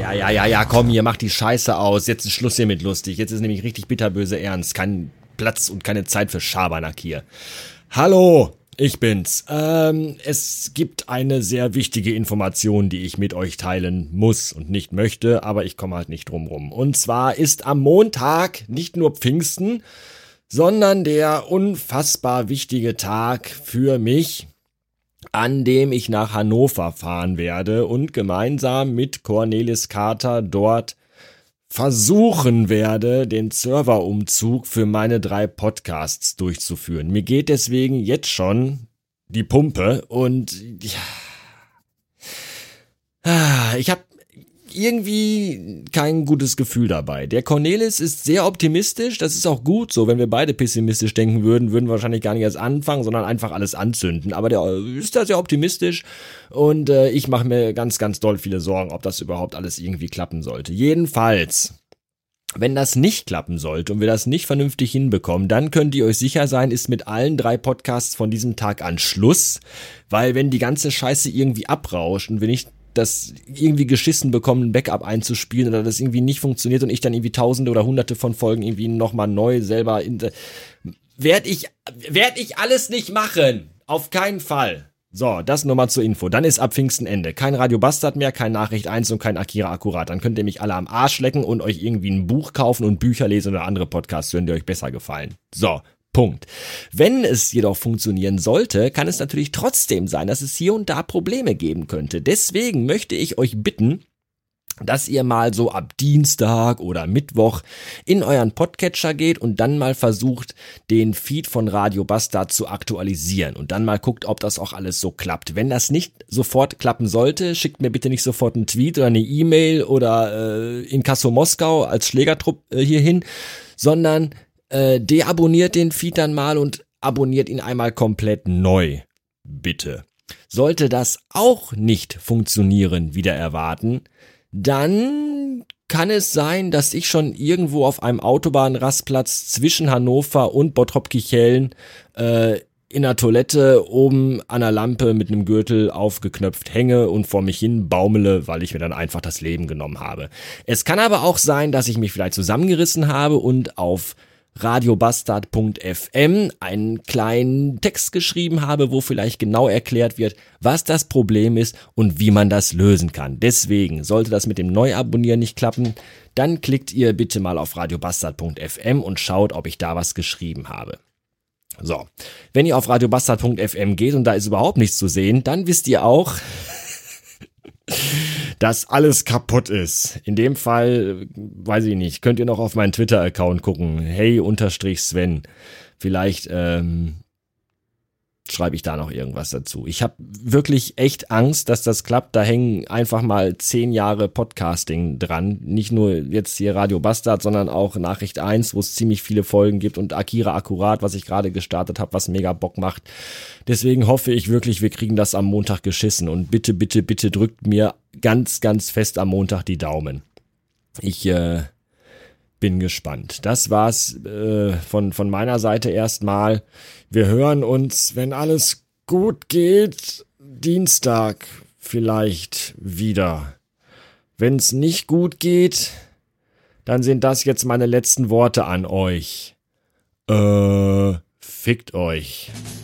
Ja, komm hier, mach die Scheiße aus. Jetzt ist Schluss hier mit lustig. Jetzt ist nämlich richtig bitterböse Ernst. Kein Platz und keine Zeit für Schabernack hier. Hallo, ich bin's. Es gibt eine sehr wichtige Information, die ich mit euch teilen muss und nicht möchte, aber ich komme halt nicht drum rum. Und zwar ist am Montag nicht nur Pfingsten, sondern der unfassbar wichtige Tag für mich, an dem ich nach Hannover fahren werde und gemeinsam mit Cornelis Carter dort versuchen werde, den Serverumzug für meine 3 Podcasts durchzuführen. Mir geht deswegen jetzt schon die Pumpe und ich habe irgendwie kein gutes Gefühl dabei. Der Cornelis ist sehr optimistisch, das ist auch gut so. Wenn wir beide pessimistisch denken würden wir wahrscheinlich gar nicht erst anfangen, sondern einfach alles anzünden. Aber der ist da sehr optimistisch und ich mache mir ganz, ganz doll viele Sorgen, ob das überhaupt alles irgendwie klappen sollte. Jedenfalls, wenn das nicht klappen sollte und wir das nicht vernünftig hinbekommen, dann könnt ihr euch sicher sein, ist mit allen 3 Podcasts von diesem Tag an Schluss, weil wenn die ganze Scheiße irgendwie abrauscht und wir nicht das irgendwie geschissen bekommen, ein Backup einzuspielen oder das irgendwie nicht funktioniert und ich dann irgendwie Tausende oder Hunderte von Folgen irgendwie nochmal neu selber werd ich alles nicht machen. Auf keinen Fall. So, das nur mal zur Info. Dann ist ab Pfingsten Ende. Kein Radio Bastard mehr, kein Nachricht 1 und kein Akira Akkurat. Dann könnt ihr mich alle am Arsch lecken und euch irgendwie ein Buch kaufen und Bücher lesen oder andere Podcasts hören, die euch besser gefallen. So. Punkt. Wenn es jedoch funktionieren sollte, kann es natürlich trotzdem sein, dass es hier und da Probleme geben könnte. Deswegen möchte ich euch bitten, dass ihr mal so ab Dienstag oder Mittwoch in euren Podcatcher geht und dann mal versucht, den Feed von Radio Bastard zu aktualisieren und dann mal guckt, ob das auch alles so klappt. Wenn das nicht sofort klappen sollte, schickt mir bitte nicht sofort einen Tweet oder eine E-Mail oder Inkasso Moskau als Schlägertrupp hierhin, sondern deabonniert den Feed dann mal und abonniert ihn einmal komplett neu. Bitte. Sollte das auch nicht funktionieren, wider erwarten, dann kann es sein, dass ich schon irgendwo auf einem Autobahnrastplatz zwischen Hannover und Bottrop-Kicheln in der Toilette oben an der Lampe mit einem Gürtel aufgeknöpft hänge und vor mich hin baumele, weil ich mir dann einfach das Leben genommen habe. Es kann aber auch sein, dass ich mich vielleicht zusammengerissen habe und auf radiobastard.fm einen kleinen Text geschrieben habe, wo vielleicht genau erklärt wird, was das Problem ist und wie man das lösen kann. Deswegen, sollte das mit dem Neuabonnieren nicht klappen, dann klickt ihr bitte mal auf radiobastard.fm und schaut, ob ich da was geschrieben habe. So, wenn ihr auf radiobastard.fm geht und da ist überhaupt nichts zu sehen, dann wisst ihr auch, dass alles kaputt ist. In dem Fall, weiß ich nicht, könnt ihr noch auf meinen Twitter-Account gucken. Hey_Sven. Vielleicht schreibe ich da noch irgendwas dazu. Ich habe wirklich echt Angst, dass das klappt. Da hängen einfach mal 10 Jahre Podcasting dran. Nicht nur jetzt hier Radio Bastard, sondern auch Nachricht 1, wo es ziemlich viele Folgen gibt und Akira Akkurat, was ich gerade gestartet habe, was mega Bock macht. Deswegen hoffe ich wirklich, wir kriegen das am Montag geschissen und bitte, bitte, bitte drückt mir ganz, ganz fest am Montag die Daumen. Ich bin gespannt. Das war's von meiner Seite erstmal. Wir hören uns, wenn alles gut geht, Dienstag vielleicht wieder. Wenn's nicht gut geht, dann sind das jetzt meine letzten Worte an euch. Fickt euch.